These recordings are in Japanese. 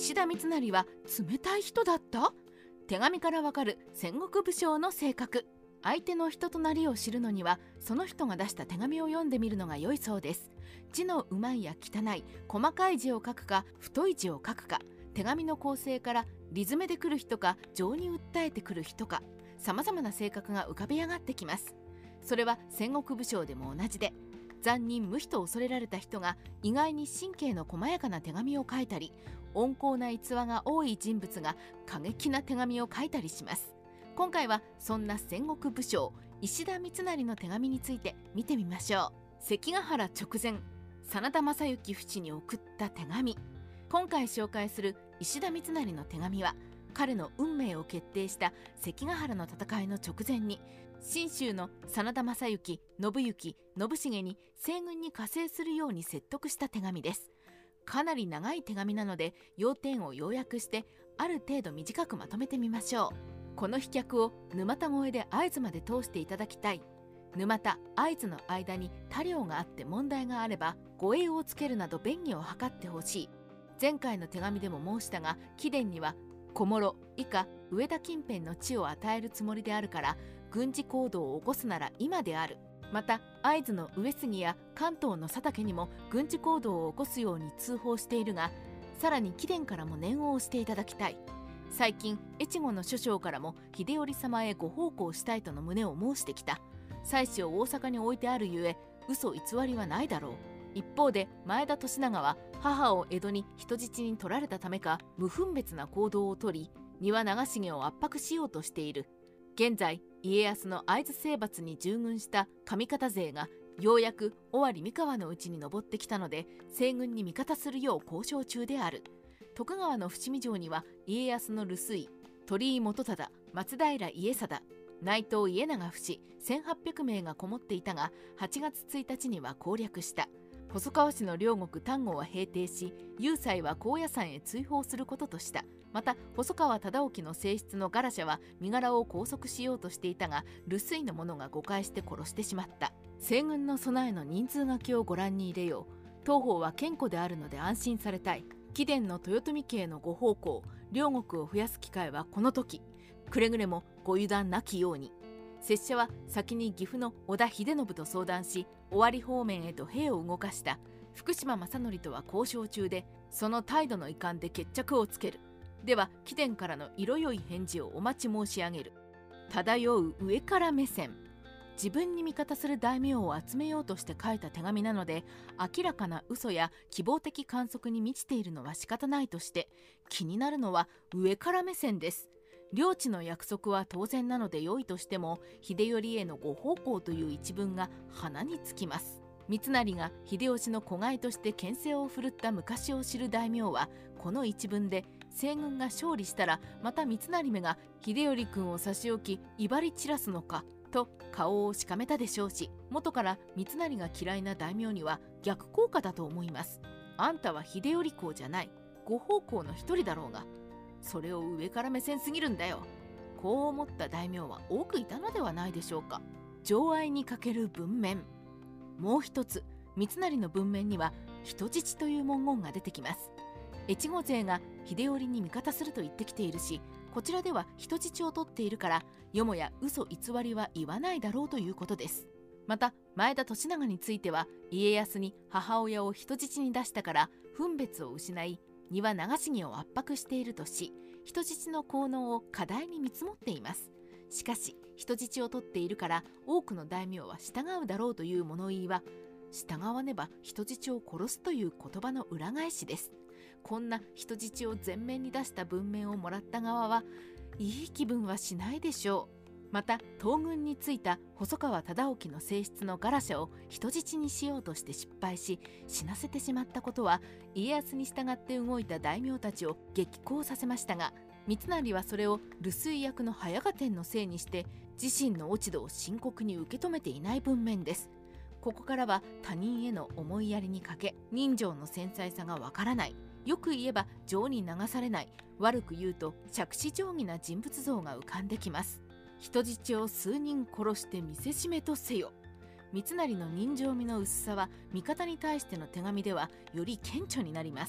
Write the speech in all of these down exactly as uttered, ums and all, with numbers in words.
石田三成は冷たい人だった？手紙からわかる戦国武将の性格。相手の人となりを知るのには、その人が出した手紙を読んでみるのが良いそうです。字のうまいや汚い、細かい字を書くか太い字を書くか、手紙の構成から理詰めで来る人か情に訴えてくる人か、さまざまな性格が浮かび上がってきます。それは戦国武将でも同じで、残忍無比と恐れられた人が意外に神経の細やかな手紙を書いたり、温厚な逸話が多い人物が過激な手紙を書いたりします。今回はそんな戦国武将石田三成の手紙について見てみましょう。関ヶ原直前、真田昌幸父に送った手紙。今回紹介する石田三成の手紙は、彼の運命を決定した関ヶ原の戦いの直前に、信州の真田昌幸、信行、信繁に西軍に加勢するように説得した手紙です。かなり長い手紙なので、要点を要約してある程度短くまとめてみましょう。この飛脚を沼田越えで会津まで通していただきたい。沼田、会津の間に他領があって問題があれば護衛をつけるなど便宜を図ってほしい。前回の手紙でも申したが、貴殿には小諸以下上田近辺の地を与えるつもりであるから、軍事行動を起こすなら今である。また会津の上杉や関東の佐竹にも軍事行動を起こすように通報しているが、さらに貴殿からも念を押していただきたい。最近越後の諸将からも秀頼様へご奉公したいとの旨を申してきた。妻子を大阪に置いてあるゆえ嘘偽りはないだろう。一方で前田利長は母を江戸に人質に取られたためか、無分別な行動をとり、丹羽長重を圧迫しようとしている。現在家康の会津征伐に従軍した上方勢がようやく尾張三河のうちに登ってきたので、西軍に味方するよう交渉中である。徳川の伏見城には家康の留守居鳥居元忠、松平家定、内藤家長父せんはっぴゃくめいがこもっていたが、はちがつついたちには攻略した。細川氏の領国丹後は平定し、雄斎は高野山へ追放することとした。また細川忠興の正室のガラシャは身柄を拘束しようとしていたが、留守居の者が誤解して殺してしまった。西軍の備えの人数書きをご覧に入れよう。当方は健康であるので安心されたい。貴殿の豊臣家へのご奉公、領国を増やす機会はこの時。くれぐれもご油断なきように。拙者は先に岐阜の織田秀信と相談し、尾張方面へと兵を動かした。福島正則とは交渉中で、その態度の遺憾で決着をつける。では貴殿からの色よい返事をお待ち申し上げる。漂う上から目線。自分に味方する大名を集めようとして書いた手紙なので、明らかな嘘や希望的観測に満ちているのは仕方ないとして、気になるのは上から目線です。領地の約束は当然なので良いとしても、秀頼へのご奉公という一文が鼻につきます。三成が秀吉の子飼いとして牽制を振るった昔を知る大名は、この一文で西軍が勝利したらまた三成めが秀頼君を差し置き威張り散らすのかと顔をしかめたでしょうし、元から三成が嫌いな大名には逆効果だと思います。あんたは秀頼公じゃない、ご奉公の一人だろうが、それを上から目線すぎるんだよ。こう思った大名は多くいたのではないでしょうか。情愛に欠ける文面。もう一つ、三成の文面には人質という文言が出てきます。越後勢が秀頼に味方すると言ってきているし、こちらでは人質を取っているから、よもや嘘偽りは言わないだろうということです。また前田利長については、家康に母親を人質に出したから分別を失い、丹羽長重を圧迫しているとし、人質の効能を過大に見積もっています。しかし人質を取っているから多くの大名は従うだろうという物言いは、従わねば人質を殺すという言葉の裏返しです。こんな人質を前面に出した文面をもらった側はいい気分はしないでしょう。また東軍についた細川忠興の正室のガラシャを人質にしようとして失敗し、死なせてしまったことは、家康に従って動いた大名たちを激高させましたが、三成はそれを留守居役の早合点のせいにして自身の落ち度を深刻に受け止めていない文面です。ここからは他人への思いやりに欠け、人情の繊細さがわからない、よく言えば情に流されない、悪く言うと杓子定規な人物像が浮かんできます。人質を数人殺して見せしめとせよ。三成の人情味の薄さは味方に対しての手紙ではより顕著になります。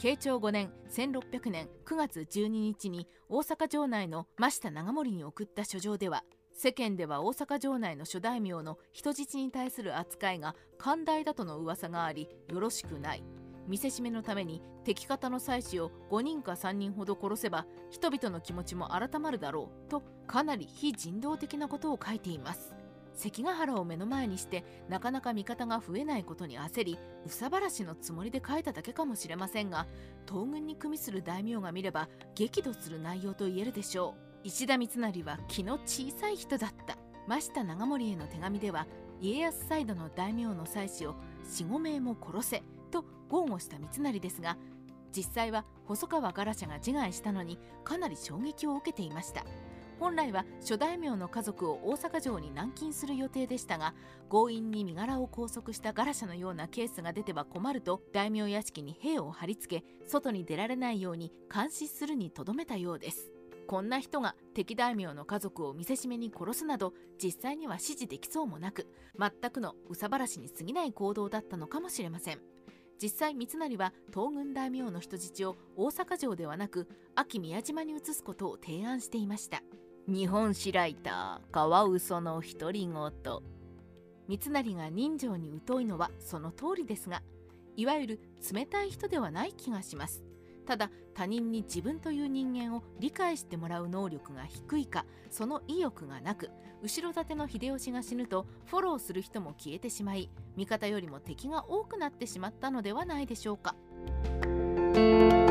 慶長ごねんせんろっぴゃくねんくがつじゅうににちに大阪城内の真下長森に送った書状では、世間では大阪城内の諸大名の人質に対する扱いが寛大だとの噂があり、よろしくない。見せしめのために敵方の妻子をごにんかさんにんほど殺せば人々の気持ちも改まるだろうと、かなり非人道的なことを書いています。関ヶ原を目の前にしてなかなか味方が増えないことに焦り、憂さ晴らしのつもりで書いただけかもしれませんが、東軍に組みする大名が見れば激怒する内容と言えるでしょう。石田三成は気の小さい人だった。真下長森への手紙では、家康サイドの大名の妻子をよん、ごめいも殺せと豪語した三成ですが、実際は細川ガラシャが自害したのにかなり衝撃を受けていました。本来は諸大名の家族を大阪城に軟禁する予定でしたが、強引に身柄を拘束したガラシャのようなケースが出ては困ると、大名屋敷に兵を貼り付け、外に出られないように監視するにとどめたようです。こんな人が敵大名の家族を見せしめに殺すなど、実際には指示できそうもなく、全くの憂さ晴らしに過ぎない行動だったのかもしれません。実際三成は東軍大名の人質を大阪城ではなく安芸宮島に移すことを提案していました。日本史ライターカワウソの独り言。三成が人情に疎いのはその通りですが、いわゆる冷たい人ではない気がします。ただ他人に自分という人間を理解してもらう能力が低いか、その意欲がなく、後ろ盾の秀吉が死ぬとフォローする人も消えてしまい、味方よりも敵が多くなってしまったのではないでしょうか。